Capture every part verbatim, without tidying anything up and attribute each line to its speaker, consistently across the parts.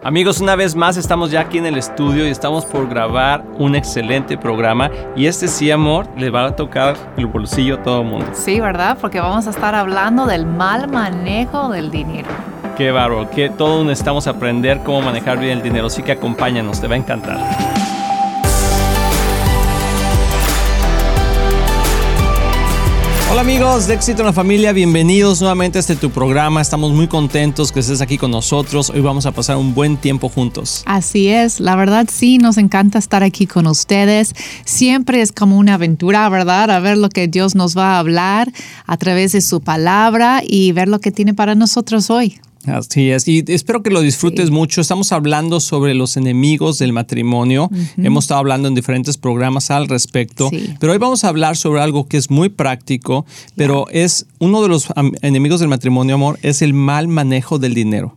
Speaker 1: Amigos, una vez más estamos ya aquí en el estudio y estamos por grabar un excelente programa. Y este sí, amor, le va a tocar el bolsillo a todo el mundo.
Speaker 2: Sí, ¿verdad? Porque vamos a estar hablando del mal manejo del dinero.
Speaker 1: Qué bárbaro, que todos necesitamos aprender cómo manejar bien el dinero. Así que acompáñanos, te va a encantar. Hola amigos de Éxito en la Familia, bienvenidos nuevamente a este tu programa. Estamos muy contentos que estés aquí con nosotros. Hoy vamos a pasar un buen tiempo juntos.
Speaker 2: Así es, la verdad sí, nos encanta estar aquí con ustedes. Siempre es como una aventura, ¿verdad? A ver lo que Dios nos va a hablar a través de su palabra y ver lo que tiene para nosotros hoy.
Speaker 1: Así es, y espero que lo disfrutes sí. mucho. Estamos hablando sobre los enemigos del matrimonio. Uh-huh. Hemos estado hablando en diferentes programas al respecto, sí. pero hoy vamos a hablar sobre algo que es muy práctico, pero yeah. es uno de los enemigos del matrimonio, amor, es el mal manejo del dinero.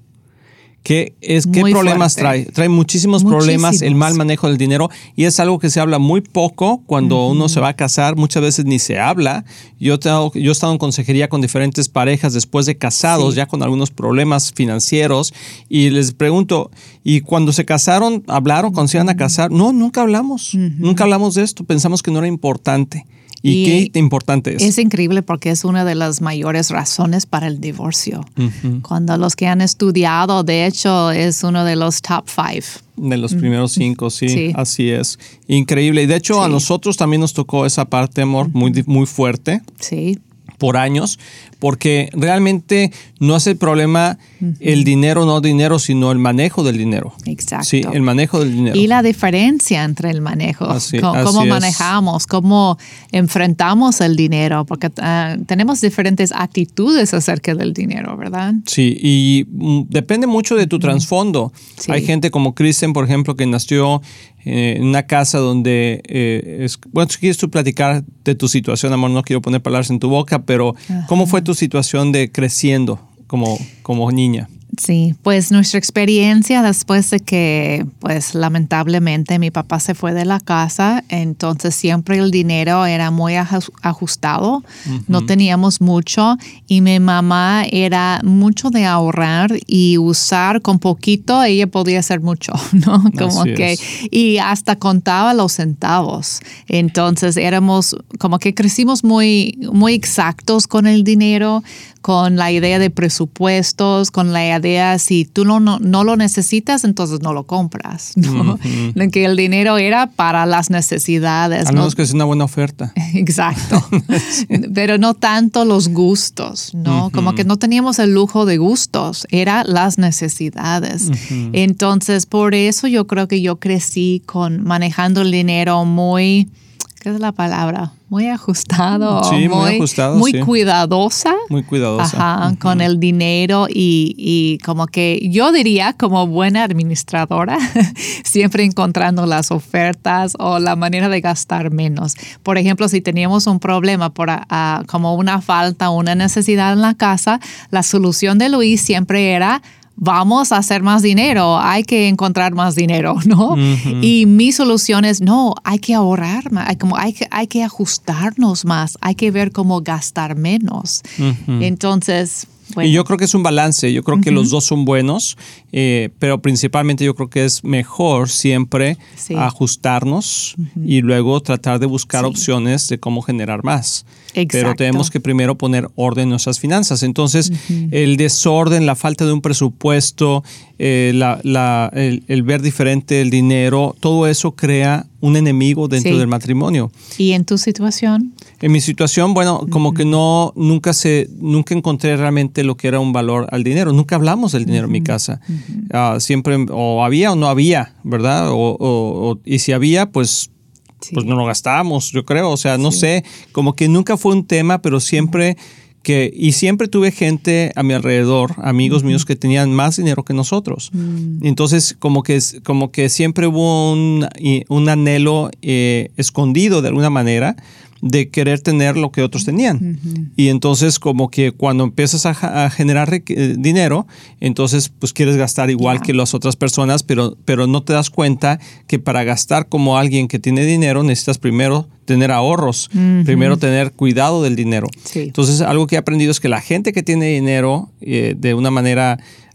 Speaker 1: ¿Qué, es, ¿qué problemas fuerte. trae? Trae muchísimos, muchísimos problemas el mal manejo del dinero y es algo que se habla muy poco cuando uh-huh. uno se va a casar. Muchas veces ni se habla. Yo, tengo, yo he estado en consejería con diferentes parejas después de casados, sí. ya con algunos problemas financieros y les pregunto, ¿y cuando se casaron, hablaron cuando uh-huh. se iban a casar? No, nunca hablamos. Uh-huh. Nunca hablamos de esto. Pensamos que no era importante. ¿Y, ¿Y qué importante es?
Speaker 2: Es increíble porque es una de las mayores razones para el divorcio. Uh-huh. Cuando los que han estudiado, de hecho, es uno de los top five.
Speaker 1: De los primeros cinco, sí, sí, así es. Increíble. Y de hecho, sí. a nosotros también nos tocó esa parte, amor, uh-huh. muy, muy fuerte.
Speaker 2: Sí.
Speaker 1: Por años, porque realmente no es el problema uh-huh. el dinero, no dinero, sino el manejo del dinero.
Speaker 2: Exacto.
Speaker 1: Sí, el manejo del dinero.
Speaker 2: Y la diferencia entre el manejo,
Speaker 1: así,
Speaker 2: cómo,
Speaker 1: así
Speaker 2: cómo
Speaker 1: es.
Speaker 2: manejamos, cómo enfrentamos el dinero, porque uh, tenemos diferentes actitudes acerca del dinero, ¿verdad?
Speaker 1: Sí, y mm, depende mucho de tu uh-huh. trasfondo. Sí. Hay gente como Kristen, por ejemplo, que nació eh, en una casa donde, eh, es, bueno, si quieres tú platicar de tu situación, amor, no quiero poner palabras en tu boca, pero Ajá. ¿cómo fue tu situación de creciendo como, como niña?
Speaker 2: Sí, pues nuestra experiencia después de que, pues lamentablemente mi papá se fue de la casa, entonces siempre el dinero era muy ajustado, uh-huh. no teníamos mucho y mi mamá era mucho de ahorrar y usar con poquito, ella podía hacer mucho, ¿no? Como
Speaker 1: Así
Speaker 2: que,
Speaker 1: es.
Speaker 2: y hasta contaba los centavos. Entonces éramos, como que crecimos muy, muy exactos con el dinero, con la idea de presupuestos, con la idea si tú no, no, no lo necesitas, entonces no lo compras, ¿no? Uh-huh. Que el dinero era para las necesidades.
Speaker 1: A
Speaker 2: ¿no?
Speaker 1: menos que es una buena oferta.
Speaker 2: Exacto. sí. Pero no tanto los gustos, ¿no? Uh-huh. Como que no teníamos el lujo de gustos, era las necesidades. Uh-huh. Entonces, por eso yo creo que yo crecí con manejando el dinero muy... ¿Qué es la palabra? Muy ajustado.
Speaker 1: Sí, muy, muy ajustado.
Speaker 2: Muy
Speaker 1: sí.
Speaker 2: cuidadosa.
Speaker 1: Muy cuidadosa.
Speaker 2: Ajá, uh-huh. con el dinero y, y como que yo diría como buena administradora, siempre encontrando las ofertas o la manera de gastar menos. Por ejemplo, si teníamos un problema por uh, como una falta o una necesidad en la casa, la solución de Luis siempre era vamos a hacer más dinero, hay que encontrar más dinero, ¿no? Uh-huh. Y mi solución es, no, hay que ahorrar más, hay, como, hay, que, hay que ajustarnos más, hay que ver cómo gastar menos. Uh-huh. Entonces... Bueno.
Speaker 1: Y yo creo que es un balance, yo creo uh-huh. que los dos son buenos, eh, pero principalmente yo creo que es mejor siempre sí. ajustarnos uh-huh. y luego tratar de buscar sí. opciones de cómo generar más.
Speaker 2: Exacto.
Speaker 1: Pero tenemos que primero poner orden en nuestras finanzas. Entonces, uh-huh. el desorden, la falta de un presupuesto, eh, la, la, el, el ver diferente el dinero, todo eso crea un enemigo dentro sí. del matrimonio.
Speaker 2: ¿Y en tu situación?
Speaker 1: En mi situación, bueno, uh-huh. como que no, nunca se, nunca encontré realmente lo que era un valor al dinero. Nunca hablamos del dinero uh-huh. en mi casa. Uh-huh. Uh, siempre o había o no había, ¿verdad? O, o, o, y si había, pues... Sí. Pues no lo gastábamos, yo creo. O sea, no sí. sé, como que nunca fue un tema, pero siempre que... Y siempre tuve gente a mi alrededor, amigos uh-huh. míos que tenían más dinero que nosotros. Uh-huh. Entonces, como que, como que siempre hubo un, un anhelo eh, escondido de alguna manera de querer tener lo que otros tenían. Uh-huh. Y entonces como que cuando empiezas a, a generar eh, dinero, entonces pues quieres gastar igual yeah. que las otras personas, pero, pero no te das cuenta que para gastar como alguien que tiene dinero necesitas primero tener ahorros, uh-huh. primero tener cuidado del dinero.
Speaker 2: Sí.
Speaker 1: Entonces algo que he aprendido es que la gente que tiene dinero eh, de una manera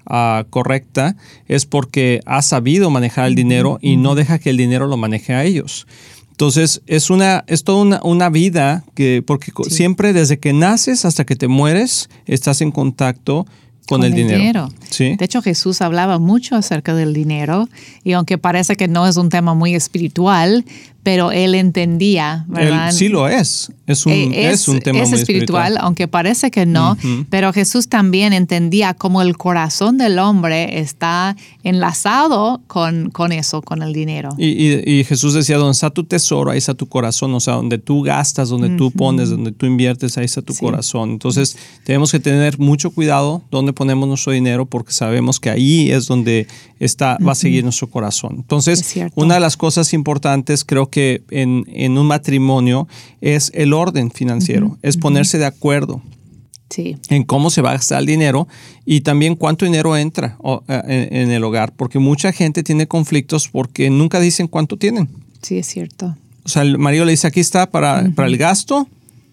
Speaker 1: uh, correcta es porque ha sabido manejar el dinero y no deja que el dinero lo maneje a ellos. Entonces, es una es toda una, una vida que, porque sí. siempre desde que naces hasta que te mueres, estás en contacto con, con el, el dinero. dinero. ¿Sí?
Speaker 2: De hecho, Jesús hablaba mucho acerca del dinero y aunque parece que no es un tema muy espiritual, pero él entendía, ¿verdad?
Speaker 1: Él sí lo es. Es un, es, es un tema
Speaker 2: es
Speaker 1: muy
Speaker 2: espiritual,
Speaker 1: espiritual,
Speaker 2: aunque parece que no, uh-huh. pero Jesús también entendía cómo el corazón del hombre está enlazado con, con eso, con el dinero.
Speaker 1: Y, y, y Jesús decía, donde está tu tesoro, ahí está tu corazón. O sea, donde tú gastas, donde uh-huh. tú pones, donde tú inviertes, ahí está tu sí. corazón. Entonces, tenemos que tener mucho cuidado donde ponemos nuestro dinero porque sabemos que ahí es donde está, uh-huh. va a seguir nuestro corazón. Entonces, una de las cosas importantes, creo que en, en un matrimonio es el orden financiero, uh-huh, es ponerse uh-huh. de acuerdo
Speaker 2: sí.
Speaker 1: en cómo se va a gastar el dinero y también cuánto dinero entra o, en, en el hogar, porque mucha gente tiene conflictos porque nunca dicen cuánto tienen.
Speaker 2: Sí, es cierto.
Speaker 1: O sea, el marido le dice, aquí está para, uh-huh. para el gasto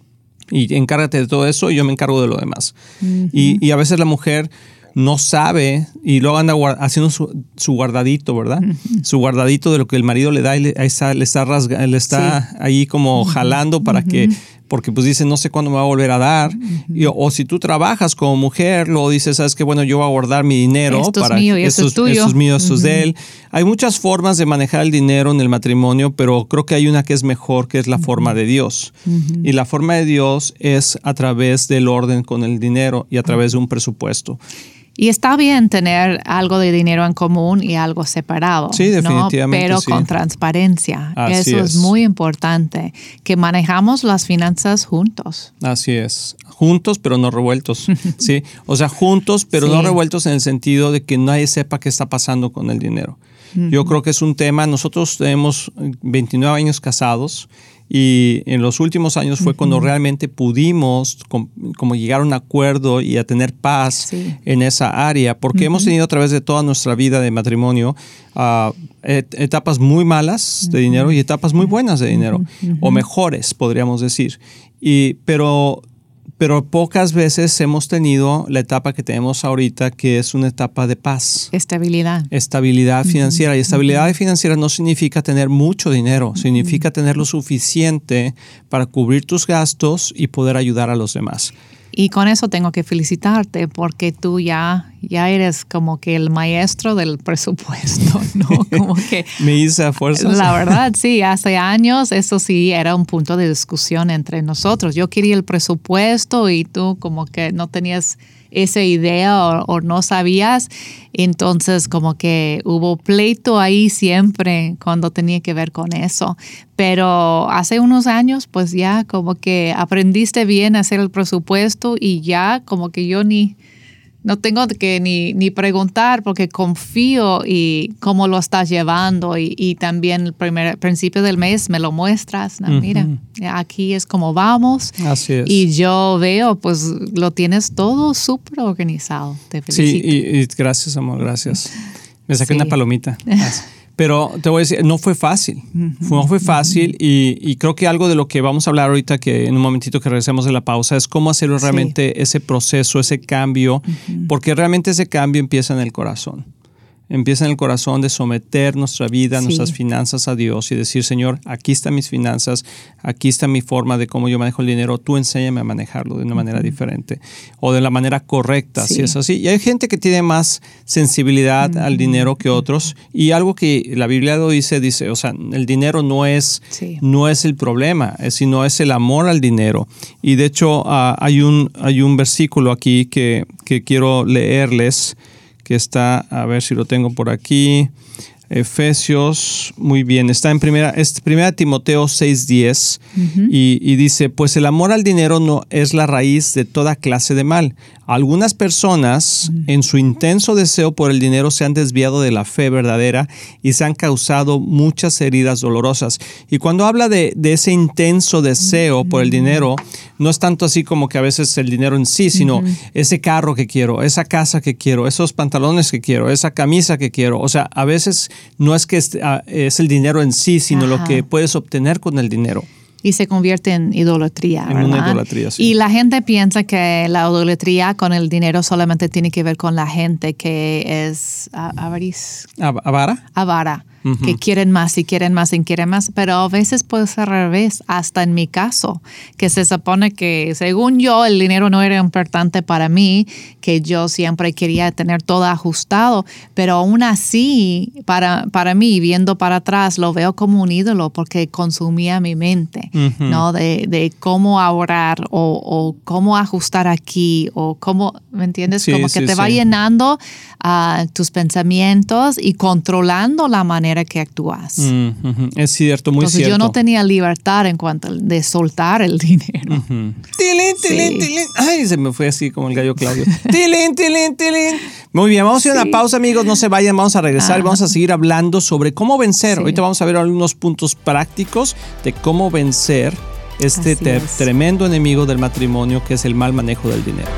Speaker 1: y encárgate de todo eso y yo me encargo de lo demás. Uh-huh. Y, y a veces la mujer no sabe y luego anda guard- haciendo su, su guardadito, ¿verdad? Uh-huh. Su guardadito de lo que el marido le da y le, ahí está, le está, rasga, le está sí. ahí como uh-huh. jalando para uh-huh. que, porque pues dice, no sé cuándo me va a volver a dar. Uh-huh. Y, o, o si tú trabajas como mujer, luego dices, ¿sabes qué? Bueno, yo voy a guardar mi dinero.
Speaker 2: Esto
Speaker 1: para
Speaker 2: es mío y esto es tuyo.
Speaker 1: Esto es mío, esto
Speaker 2: uh-huh.
Speaker 1: es de él. Hay muchas formas de manejar el dinero en el matrimonio, pero creo que hay una que es mejor, que es la uh-huh. forma de Dios. Uh-huh. Y la forma de Dios es a través del orden con el dinero y a través de un presupuesto.
Speaker 2: Y está bien tener algo de dinero en común y algo separado.
Speaker 1: Sí, definitivamente.
Speaker 2: ¿no? Pero
Speaker 1: sí.
Speaker 2: con transparencia.
Speaker 1: Así
Speaker 2: Eso
Speaker 1: es.
Speaker 2: es muy importante. Que manejamos las finanzas juntos.
Speaker 1: Así es. Juntos, pero no revueltos. ¿Sí? O sea, juntos, pero
Speaker 2: sí.
Speaker 1: no revueltos en el sentido de que nadie sepa qué está pasando con el dinero. Uh-huh. Yo creo que es un tema. Nosotros tenemos veintinueve años casados. Y en los últimos años fue uh-huh. cuando realmente pudimos com, como llegar a un acuerdo y a tener paz sí. en esa área, porque uh-huh. hemos tenido a través de toda nuestra vida de matrimonio uh, et- etapas muy malas uh-huh. de dinero y etapas muy buenas de dinero, uh-huh. o mejores, podríamos decir. Y, pero... Pero pocas veces hemos tenido la etapa que tenemos ahorita, que es una etapa de paz.
Speaker 2: Estabilidad.
Speaker 1: Estabilidad financiera.
Speaker 2: Uh-huh.
Speaker 1: Y estabilidad
Speaker 2: uh-huh.
Speaker 1: financiera no significa tener mucho dinero, uh-huh. significa tener lo suficiente para cubrir tus gastos y poder ayudar a los demás.
Speaker 2: Y con eso tengo que felicitarte porque tú ya, ya eres como que el maestro del presupuesto, ¿no? Como que
Speaker 1: me hice a fuerzas.
Speaker 2: La verdad, sí, hace años eso sí era un punto de discusión entre nosotros. Yo quería el presupuesto y tú como que no tenías esa idea o, o no sabías. Entonces como que hubo pleito ahí siempre cuando tenía que ver con eso. Pero hace unos años pues ya como que aprendiste bien a hacer el presupuesto y ya como que yo ni... No tengo que ni, ni preguntar porque confío y cómo lo estás llevando y, y también el primer principio del mes me lo muestras. ¿No? Uh-huh. Mira, aquí es como vamos.
Speaker 1: Así es.
Speaker 2: Y yo veo, pues lo tienes todo súper organizado. Te felicito.
Speaker 1: Sí, y, y gracias, amor, gracias. Me saqué sí. una palomita. Pero te voy a decir, no fue fácil. Uh-huh. No fue fácil uh-huh. y, y creo que algo de lo que vamos a hablar ahorita, que en un momentito que regresemos de la pausa, es cómo hacer realmente sí. ese proceso, ese cambio, uh-huh. porque realmente ese cambio empieza en el corazón. Empieza en el corazón de someter nuestra vida, sí. nuestras finanzas a Dios y decir, Señor, aquí están mis finanzas, aquí está mi forma de cómo yo manejo el dinero, tú enséñame a manejarlo de una manera uh-huh. diferente o de la manera correcta, sí. si es así. Y hay gente que tiene más sensibilidad uh-huh. al dinero que otros y algo que la Biblia lo dice, dice, o sea, el dinero no es, sí. no es el problema, sino es el amor al dinero. Y de hecho uh, hay, un, hay un versículo aquí que, que quiero leerles, que está, a ver si lo tengo por aquí, Efesios, muy bien, está en primera, es primera Timoteo seis diez uh-huh. y, y dice, pues el amor al dinero no es la raíz de toda clase de mal. Algunas personas uh-huh. en su intenso deseo por el dinero se han desviado de la fe verdadera y se han causado muchas heridas dolorosas. Y cuando habla de, de ese intenso deseo uh-huh. por el dinero, no es tanto así como que a veces el dinero en sí, sino uh-huh. ese carro que quiero, esa casa que quiero, esos pantalones que quiero, esa camisa que quiero. O sea, a veces no es que es, es el dinero en sí, sino Ajá. lo que puedes obtener con el dinero.
Speaker 2: y se convierte en idolatría,
Speaker 1: En
Speaker 2: ¿verdad?
Speaker 1: una idolatría, sí.
Speaker 2: Y la gente piensa que la idolatría con el dinero solamente tiene que ver con la gente que es avariz,
Speaker 1: Av- ¿Avara?
Speaker 2: avara.
Speaker 1: Ujú.
Speaker 2: Que quieren más y quieren más y quieren más, pero a veces puede ser al revés, hasta en mi caso, que se supone que según yo el dinero no era importante para mí, que yo siempre quería tener todo ajustado, pero aún así, para, para mí, viendo para atrás, lo veo como un ídolo porque consumía mi mente,
Speaker 1: Ujú.
Speaker 2: ¿no? De, de cómo ahorrar o, o cómo ajustar aquí o cómo, ¿me entiendes?
Speaker 1: Sí,
Speaker 2: como que
Speaker 1: sí,
Speaker 2: te va
Speaker 1: sí.
Speaker 2: llenando uh, tus pensamientos y controlando la manera que actúas.
Speaker 1: Mm, ujú. Es cierto, muy
Speaker 2: Entonces
Speaker 1: cierto.
Speaker 2: yo no tenía libertad en cuanto de soltar el dinero.
Speaker 1: Ujú. Tilín, tilín,
Speaker 2: Sí.
Speaker 1: tilín. Ay, se me fue así como el gallo Claudio. Tilín, tilín, tilín. Muy bien, vamos a ir a
Speaker 2: Sí.
Speaker 1: una pausa, amigos. No se vayan, vamos a regresar y vamos a seguir hablando sobre cómo vencer.
Speaker 2: Sí.
Speaker 1: Ahorita vamos a ver algunos puntos prácticos de cómo vencer este
Speaker 2: Así
Speaker 1: te-
Speaker 2: es.
Speaker 1: tremendo enemigo del matrimonio que es el mal manejo del dinero.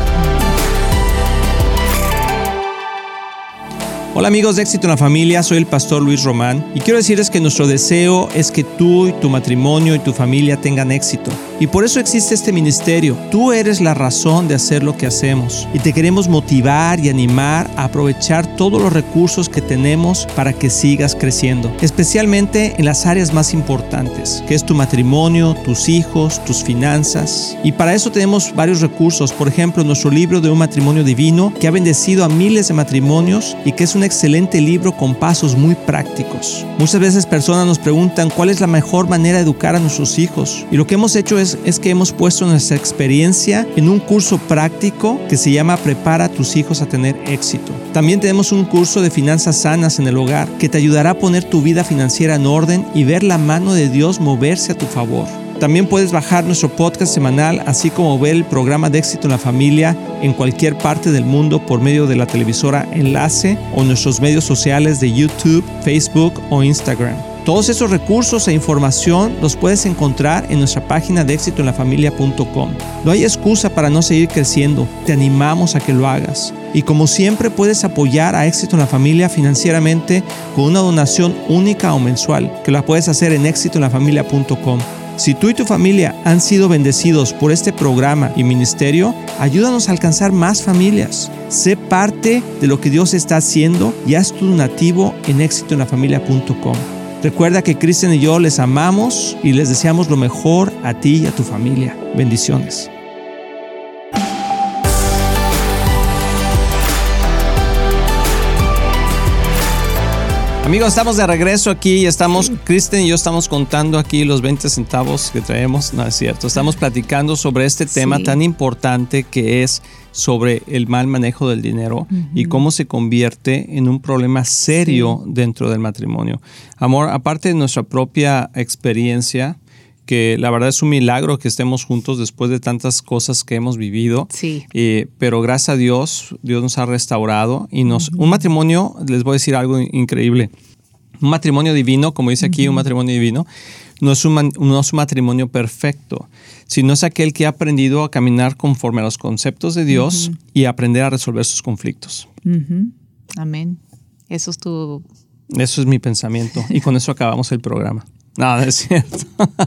Speaker 1: Hola amigos de Éxito en la Familia, soy el pastor Luis Román y quiero decirles que nuestro deseo es que tú y tu matrimonio y tu familia tengan éxito. Y por eso existe este ministerio. Tú eres la razón de hacer lo que hacemos y te queremos motivar y animar a aprovechar todos los recursos que tenemos para que sigas creciendo, especialmente en las áreas más importantes, que es tu matrimonio, tus hijos, tus finanzas. Y para eso tenemos varios recursos, por ejemplo, nuestro libro de un matrimonio divino que ha bendecido a miles de matrimonios y que es un excelente libro con pasos muy prácticos. Muchas veces personas nos preguntan cuál es la mejor manera de educar a nuestros hijos y lo que hemos hecho es, es que hemos puesto nuestra experiencia en un curso práctico que se llama Prepara a tus hijos a tener éxito. También tenemos un curso de finanzas sanas en el hogar que te ayudará a poner tu vida financiera en orden y ver la mano de Dios moverse a tu favor. También puedes bajar nuestro podcast semanal, así como ver el programa de Éxito en la Familia en cualquier parte del mundo por medio de la televisora Enlace o nuestros medios sociales de YouTube, Facebook o Instagram. Todos esos recursos e información los puedes encontrar en nuestra página de éxito en la familia punto com. No hay excusa para no seguir creciendo. Te animamos a que lo hagas. Y como siempre puedes apoyar a Éxito en la Familia financieramente con una donación única o mensual, que la puedes hacer en éxito en la familia punto com. Si tú y tu familia han sido bendecidos por este programa y ministerio, ayúdanos a alcanzar más familias. Sé parte de lo que Dios está haciendo y haz tu donativo en éxito en la familia punto com. Recuerda que Cristian y yo les amamos y les deseamos lo mejor a ti y a tu familia. Bendiciones. Amigos, estamos de regreso aquí y estamos, Kristen y yo estamos contando aquí los veinte centavos que traemos. No es cierto, estamos platicando sobre este tema
Speaker 2: Sí.
Speaker 1: tan importante que es sobre el mal manejo del dinero uh-huh. y cómo se convierte en un problema serio sí. dentro del matrimonio. Amor, aparte de nuestra propia experiencia, que la verdad es un milagro que estemos juntos después de tantas cosas que hemos vivido.
Speaker 2: Sí.
Speaker 1: Eh, pero gracias a Dios, Dios nos ha restaurado y nos... Uh-huh. Un matrimonio, les voy a decir algo increíble. Un matrimonio divino, como dice aquí, uh-huh. un matrimonio divino, no es un, man, no es un matrimonio perfecto, sino es aquel que ha aprendido a caminar conforme a los conceptos de Dios uh-huh. y aprender a resolver sus conflictos.
Speaker 2: Uh-huh. Amén. Eso es tu...
Speaker 1: Eso es mi pensamiento. Y con eso acabamos el programa. No, no es cierto.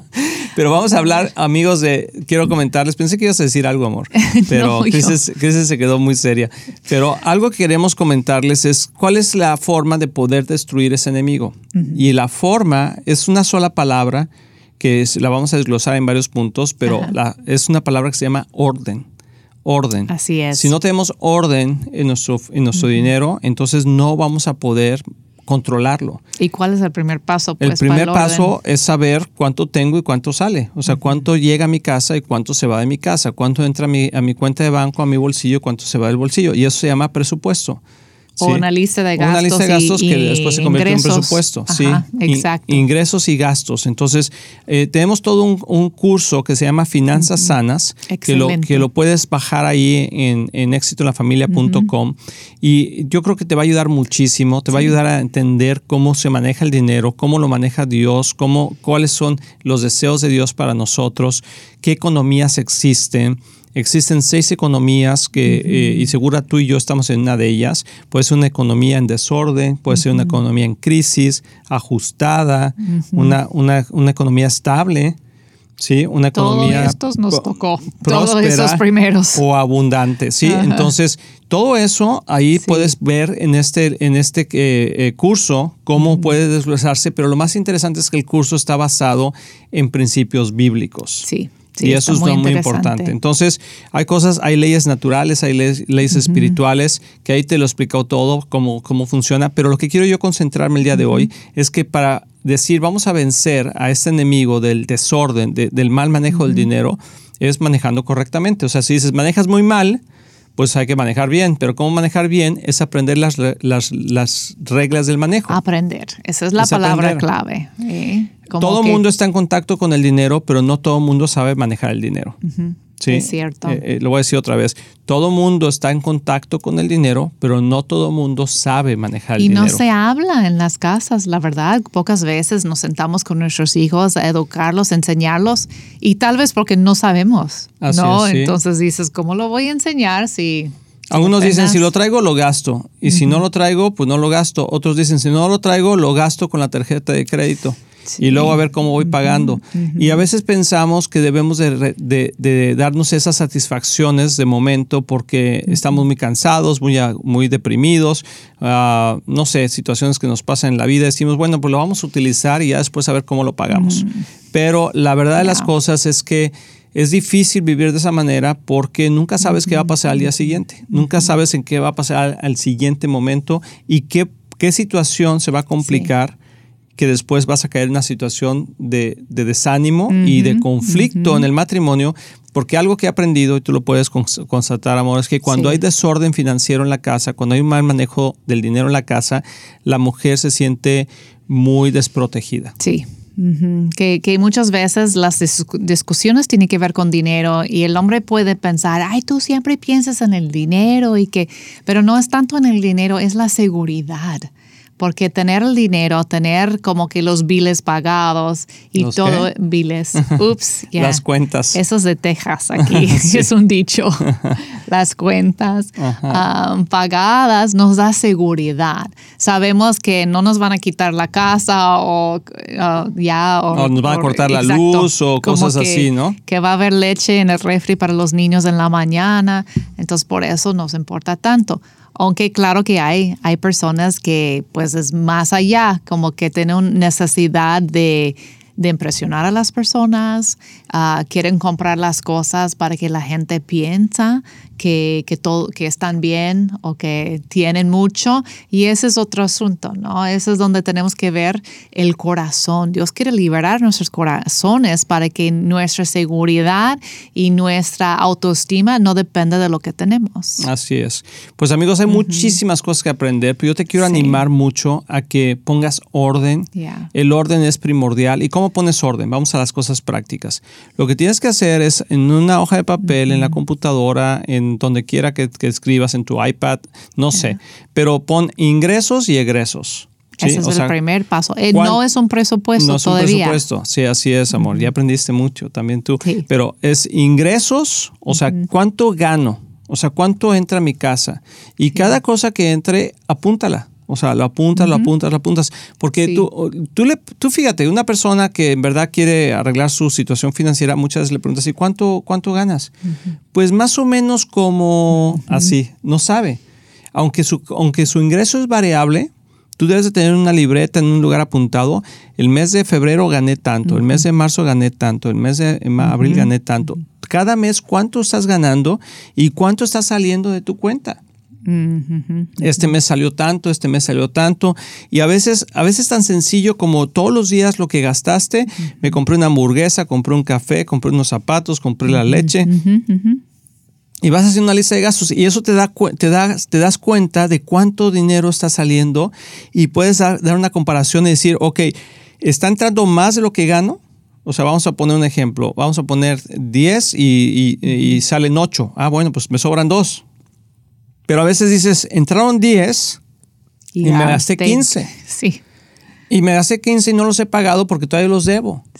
Speaker 1: Pero vamos a hablar, amigos, de... Quiero comentarles, pensé que ibas a decir algo, amor, pero no, Crisis, Crisis se quedó muy seria. Pero algo que queremos comentarles es cuál es la forma de poder destruir ese enemigo. Uh-huh. Y la forma es una sola palabra que es, la vamos a desglosar en varios puntos, pero la, es una palabra que se llama orden. Orden.
Speaker 2: Así es.
Speaker 1: Si no tenemos orden en nuestro, en nuestro uh-huh. dinero, entonces no vamos a poder controlarlo.
Speaker 2: ¿Y cuál es el primer paso? Pues,
Speaker 1: el primer
Speaker 2: para el
Speaker 1: paso es saber cuánto tengo y cuánto sale. O sea, uh-huh. cuánto llega a mi casa y cuánto se va de mi casa. Cuánto entra a mi, a mi cuenta de banco, a mi bolsillo y cuánto se va del bolsillo. Y eso se llama presupuesto.
Speaker 2: O ¿sí? una lista de gastos.
Speaker 1: Una lista de gastos y, que después se convierte ingresos. en un presupuesto.
Speaker 2: Ajá,
Speaker 1: sí,
Speaker 2: exacto.
Speaker 1: Ingresos y gastos. Entonces, eh, tenemos todo un, un curso que se llama Finanzas uh-huh. Sanas, que lo, que lo puedes bajar ahí en, en éxito en la familia punto com. Uh-huh. Y yo creo que te va a ayudar muchísimo. Te va sí. a ayudar a entender cómo se maneja el dinero, cómo lo maneja Dios, cómo, cuáles son los deseos de Dios para nosotros, qué economías existen. Existen seis economías que, uh-huh. eh, y segura tú y yo estamos en una de ellas. Puede ser una economía en desorden, puede uh-huh. ser una economía en crisis, ajustada, uh-huh. una, una, una economía estable Sí, una economía.
Speaker 2: Todos estos nos tocó, todos esos primeros.
Speaker 1: O abundante, sí. Ajá. Entonces, todo eso ahí sí. puedes ver en este, en este eh, eh, curso cómo uh-huh. puede desglosarse, pero lo más interesante es que el curso está basado en principios bíblicos.
Speaker 2: Sí. Sí,
Speaker 1: y eso es muy, muy importante. Entonces, hay cosas, hay leyes naturales, hay leyes, leyes uh-huh. espirituales, que ahí te lo he explicado todo, cómo, cómo funciona. Pero lo que quiero yo concentrarme el día uh-huh. de hoy es que para decir, vamos a vencer a este enemigo del desorden, de, del mal manejo uh-huh. del dinero, es manejando correctamente. O sea, si dices, manejas muy mal, pues hay que manejar bien. Pero cómo manejar bien es aprender las, las, las reglas del manejo.
Speaker 2: Aprender. Esa es la es palabra aprender. clave. ¿Eh?
Speaker 1: Todo el que... mundo está en contacto con el dinero, pero no todo el mundo sabe manejar el dinero.
Speaker 2: Uh-huh.
Speaker 1: ¿Sí?
Speaker 2: Es cierto.
Speaker 1: Eh, eh, lo voy a decir otra vez. Todo el mundo está en contacto con el dinero, pero no todo el mundo sabe manejar el
Speaker 2: y
Speaker 1: dinero.
Speaker 2: Y no se habla en las casas, la verdad. Pocas veces nos sentamos con nuestros hijos a educarlos, a enseñarlos, y tal vez porque no sabemos.
Speaker 1: Así
Speaker 2: ¿no?
Speaker 1: es, sí.
Speaker 2: Entonces dices, ¿cómo lo voy a enseñar si...
Speaker 1: Algunos dicen, si lo traigo, lo gasto. Y uh-huh. si no lo traigo, pues no lo gasto. Otros dicen, si no lo traigo, lo gasto con la tarjeta de crédito. Sí. Y luego a ver cómo voy pagando. Uh-huh. Y a veces pensamos que debemos de, de, de darnos esas satisfacciones de momento porque uh-huh. estamos muy cansados, muy, muy deprimidos. Uh, no sé, situaciones que nos pasan en la vida. Decimos, bueno, pues lo vamos a utilizar y ya después a ver cómo lo pagamos. Uh-huh. Pero la verdad yeah. de las cosas es que es difícil vivir de esa manera porque nunca sabes qué va a pasar al día siguiente. Nunca sabes en qué va a pasar al, al siguiente momento y qué, qué situación se va a complicar sí. que después vas a caer en una situación de, de desánimo uh-huh, y de conflicto uh-huh. en el matrimonio. Porque algo que he aprendido, y tú lo puedes constatar, amor, es que cuando sí. hay desorden financiero en la casa, cuando hay un mal manejo del dinero en la casa, la mujer se siente muy desprotegida.
Speaker 2: Sí. Uh-huh. Que, que muchas veces las dis- discusiones tienen que ver con dinero y el hombre puede pensar, ay, tú siempre piensas en el dinero, y que, pero no es tanto en el dinero, es la seguridad. Porque tener el dinero, tener como que los biles pagados y
Speaker 1: ¿Los
Speaker 2: todo,
Speaker 1: qué?
Speaker 2: biles, ups, yeah.
Speaker 1: Las cuentas.
Speaker 2: Eso es de Texas aquí, sí. es un dicho. Las cuentas um, pagadas nos da seguridad. Sabemos que no nos van a quitar la casa o uh, ya. O,
Speaker 1: o nos van a cortar
Speaker 2: o,
Speaker 1: la luz o cosas
Speaker 2: que,
Speaker 1: así, ¿no?
Speaker 2: Que va a haber leche en el refri para los niños en la mañana. Entonces, por eso nos importa tanto. Aunque claro que hay, hay personas que pues es más allá, como que tienen necesidad de, de impresionar a las personas, uh, quieren comprar las cosas para que la gente piensa que, que, todo, que están bien o que tienen mucho, y ese es otro asunto, ¿no? Ese es donde tenemos que ver el corazón. Dios quiere liberar nuestros corazones para que nuestra seguridad y nuestra autoestima no dependa de lo que tenemos.
Speaker 1: Así es. Pues amigos, hay uh-huh. muchísimas cosas que aprender, pero yo te quiero sí. animar mucho a que pongas orden.
Speaker 2: Yeah.
Speaker 1: El orden es primordial. ¿Y cómo pones orden? Vamos a las cosas prácticas. Lo que tienes que hacer es en una hoja de papel, uh-huh. en la computadora, en donde quiera que, que escribas, en tu iPad, no yeah. sé, pero pon ingresos y egresos. ¿Sí?
Speaker 2: Ese es
Speaker 1: o
Speaker 2: el
Speaker 1: sea,
Speaker 2: primer paso. Eh, no es un presupuesto
Speaker 1: no es
Speaker 2: todavía.
Speaker 1: un presupuesto. Sí, así es, amor. Uh-huh. Ya aprendiste mucho también tú.
Speaker 2: Sí.
Speaker 1: Pero es ingresos, o sea, uh-huh. ¿cuánto gano? O sea, ¿cuánto entra a mi casa? Y sí. cada cosa que entre, apúntala. O sea, lo apuntas, uh-huh. lo apuntas, lo apuntas. Porque sí. tú, tú, le, tú fíjate, una persona que en verdad quiere arreglar su situación financiera, muchas veces le preguntas, ¿y cuánto, cuánto ganas? Uh-huh. Pues más o menos como uh-huh. así, no sabe. Aunque su, aunque su ingreso es variable, tú debes de tener una libreta en un lugar apuntado. El mes de febrero gané tanto, uh-huh. el mes de marzo gané tanto, el mes de abril uh-huh. gané tanto. Cada mes, ¿cuánto estás ganando y cuánto está saliendo de tu cuenta?
Speaker 2: Uh-huh.
Speaker 1: Este mes salió tanto, este mes salió tanto, y a veces, a veces tan sencillo como todos los días lo que gastaste. Uh-huh. Me compré una hamburguesa, compré un café, compré unos zapatos, compré uh-huh. la leche.
Speaker 2: Uh-huh. Uh-huh.
Speaker 1: Y vas haciendo una lista de gastos y eso te da, te da, te das cuenta de cuánto dinero está saliendo y puedes dar, dar una comparación y decir, ok, ¿está entrando más de lo que gano? O sea, vamos a poner un ejemplo. Vamos a poner diez y, y, y salen ocho. Ah, bueno, pues me sobran dos. Pero a veces dices, entraron diez y, y me gasté quince.
Speaker 2: Sí.
Speaker 1: Y me gasté quince y no los he pagado porque todavía los debo.
Speaker 2: Sí.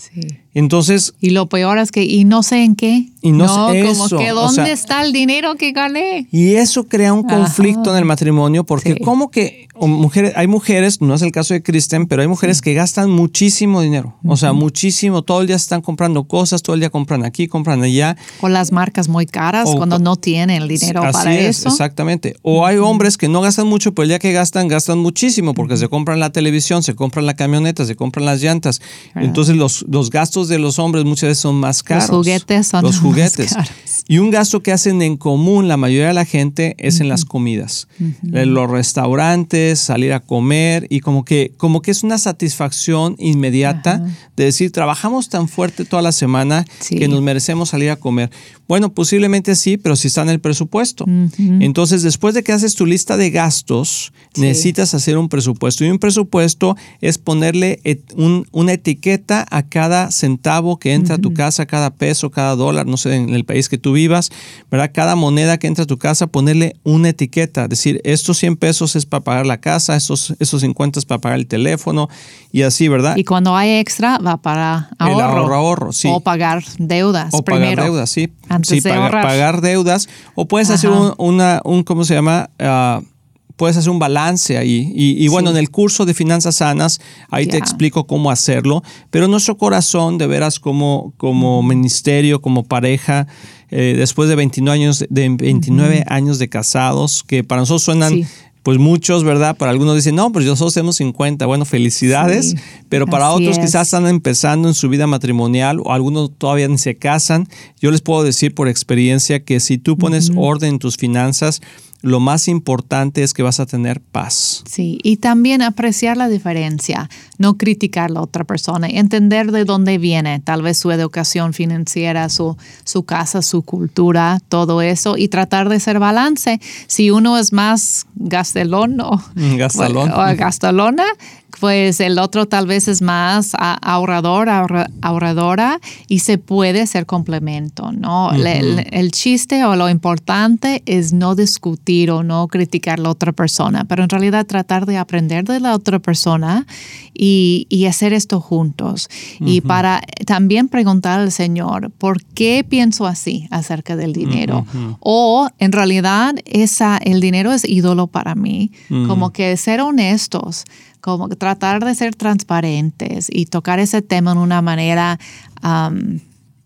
Speaker 1: Entonces...
Speaker 2: Y lo peor es que, y no sé en qué.
Speaker 1: Y no,
Speaker 2: no
Speaker 1: sé
Speaker 2: como
Speaker 1: eso,
Speaker 2: que ¿dónde
Speaker 1: o sea,
Speaker 2: está el dinero que gané?
Speaker 1: Y eso crea un conflicto Ajá. en el matrimonio porque
Speaker 2: Sí.
Speaker 1: como que o mujeres, hay mujeres, no es el caso de Kristen, pero hay mujeres sí. que gastan muchísimo dinero. Uh-huh. O sea, muchísimo. Todo el día están comprando cosas, todo el día compran aquí, compran allá.
Speaker 2: O las marcas muy caras
Speaker 1: o,
Speaker 2: cuando no tienen el dinero
Speaker 1: así
Speaker 2: para
Speaker 1: es,
Speaker 2: eso.
Speaker 1: Exactamente. O hay hombres que no gastan mucho, pero el día que gastan, gastan muchísimo porque uh-huh. se compran la televisión, se compran la camioneta, se compran las llantas. Uh-huh. Entonces los, los gastos de los hombres muchas veces son más caros.
Speaker 2: Los juguetes son
Speaker 1: los juguetes.
Speaker 2: más caros.
Speaker 1: Y un gasto que hacen en común la mayoría de la gente es uh-huh. en las comidas. Uh-huh. Los restaurantes, salir a comer y como que, como que es una satisfacción inmediata uh-huh. de decir, trabajamos tan fuerte toda la semana sí. que nos merecemos salir a comer. Bueno, posiblemente sí, pero si está en el presupuesto. Uh-huh. Entonces, después de que haces tu lista de gastos, sí. necesitas hacer un presupuesto. Y un presupuesto es ponerle et- un, una etiqueta a cada centavo que entra uh-huh. a tu casa, cada peso, cada dólar, no sé, en el país que tú vivas, ¿verdad? Cada moneda que entra a tu casa, ponerle una etiqueta, decir, estos cien pesos es para pagar la casa, estos, estos cincuenta es para pagar el teléfono y así, ¿verdad?
Speaker 2: Y cuando hay extra, va para ahorro.
Speaker 1: El ahorro, ahorro, sí.
Speaker 2: O pagar deudas
Speaker 1: o
Speaker 2: primero.
Speaker 1: pagar deudas, sí.
Speaker 2: Antes
Speaker 1: sí,
Speaker 2: de
Speaker 1: pagar,
Speaker 2: ahorrar.
Speaker 1: pagar deudas. O puedes Ajá. hacer un, una, un, ¿cómo se llama? Uh, puedes hacer un balance ahí. Y, y bueno, sí. en el curso de Finanzas Sanas, ahí yeah. te explico cómo hacerlo. Pero nuestro corazón, de veras, como, como mm. ministerio, como pareja, eh, después de veintinueve años de, veintinueve mm. años de casados, que para nosotros suenan... Sí. Pues muchos, ¿verdad? Para algunos dicen, no, pues nosotros tenemos cincuenta. Bueno, felicidades. Sí, pero para otros es. quizás están empezando en su vida matrimonial o algunos todavía ni se casan. Yo les puedo decir por experiencia que si tú pones uh-huh. orden en tus finanzas, lo más importante es que vas a tener paz.
Speaker 2: Sí, y también apreciar la diferencia, no criticar a la otra persona, entender de dónde viene, tal vez su educación financiera, su, su casa, su cultura, todo eso, y tratar de hacer balance. Si uno es más gastelón o,
Speaker 1: gastalón.
Speaker 2: o gastalona, pues el otro tal vez es más ahorrador, ahorra, ahorradora y se puede ser complemento, ¿no? Uh-huh. El, el chiste o lo importante es no discutir o no criticar a la otra persona, pero en realidad tratar de aprender de la otra persona y, y hacer esto juntos. Uh-huh. Y para también preguntar al Señor, ¿por qué pienso así acerca del dinero? Uh-huh. O en realidad esa, el dinero es ídolo para mí, uh-huh. como que ser honestos, como tratar de ser transparentes y tocar ese tema en una manera... Um,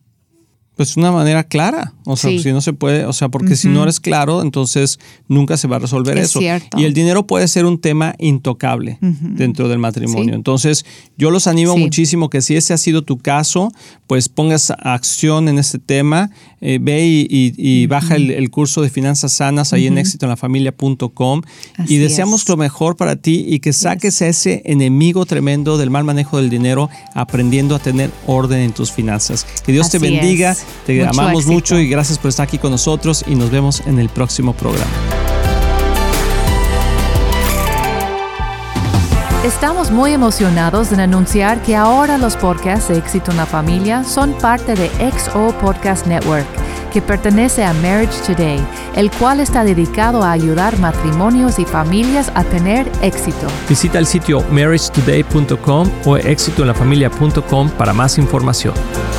Speaker 1: pues una manera clara, o sea, sí. si no se puede, o sea, porque uh-huh. si no eres claro, entonces nunca se va a resolver
Speaker 2: es
Speaker 1: eso.
Speaker 2: Cierto.
Speaker 1: Y el dinero puede ser un tema intocable uh-huh. dentro del matrimonio. Sí. Entonces, yo los animo sí. muchísimo que si ese ha sido tu caso, pues pongas acción en este tema, eh, ve y, y, y uh-huh. baja el, el curso de Finanzas Sanas ahí uh-huh. en éxito en la familia punto com y deseamos es. lo mejor para ti y que saques yes. a ese enemigo tremendo del mal manejo del dinero, aprendiendo a tener orden en tus finanzas. Que Dios Así te bendiga. Es. Te mucho amamos éxito. mucho y gracias por estar aquí con nosotros y nos vemos en el próximo programa.
Speaker 2: Estamos muy emocionados en anunciar que ahora los podcasts de Éxito en la Familia son parte de X O Podcast Network, que pertenece a Marriage Today, el cual está dedicado a ayudar matrimonios y familias a tener éxito.
Speaker 1: Visita el sitio marriage today punto com o éxito en la familia punto com para más información.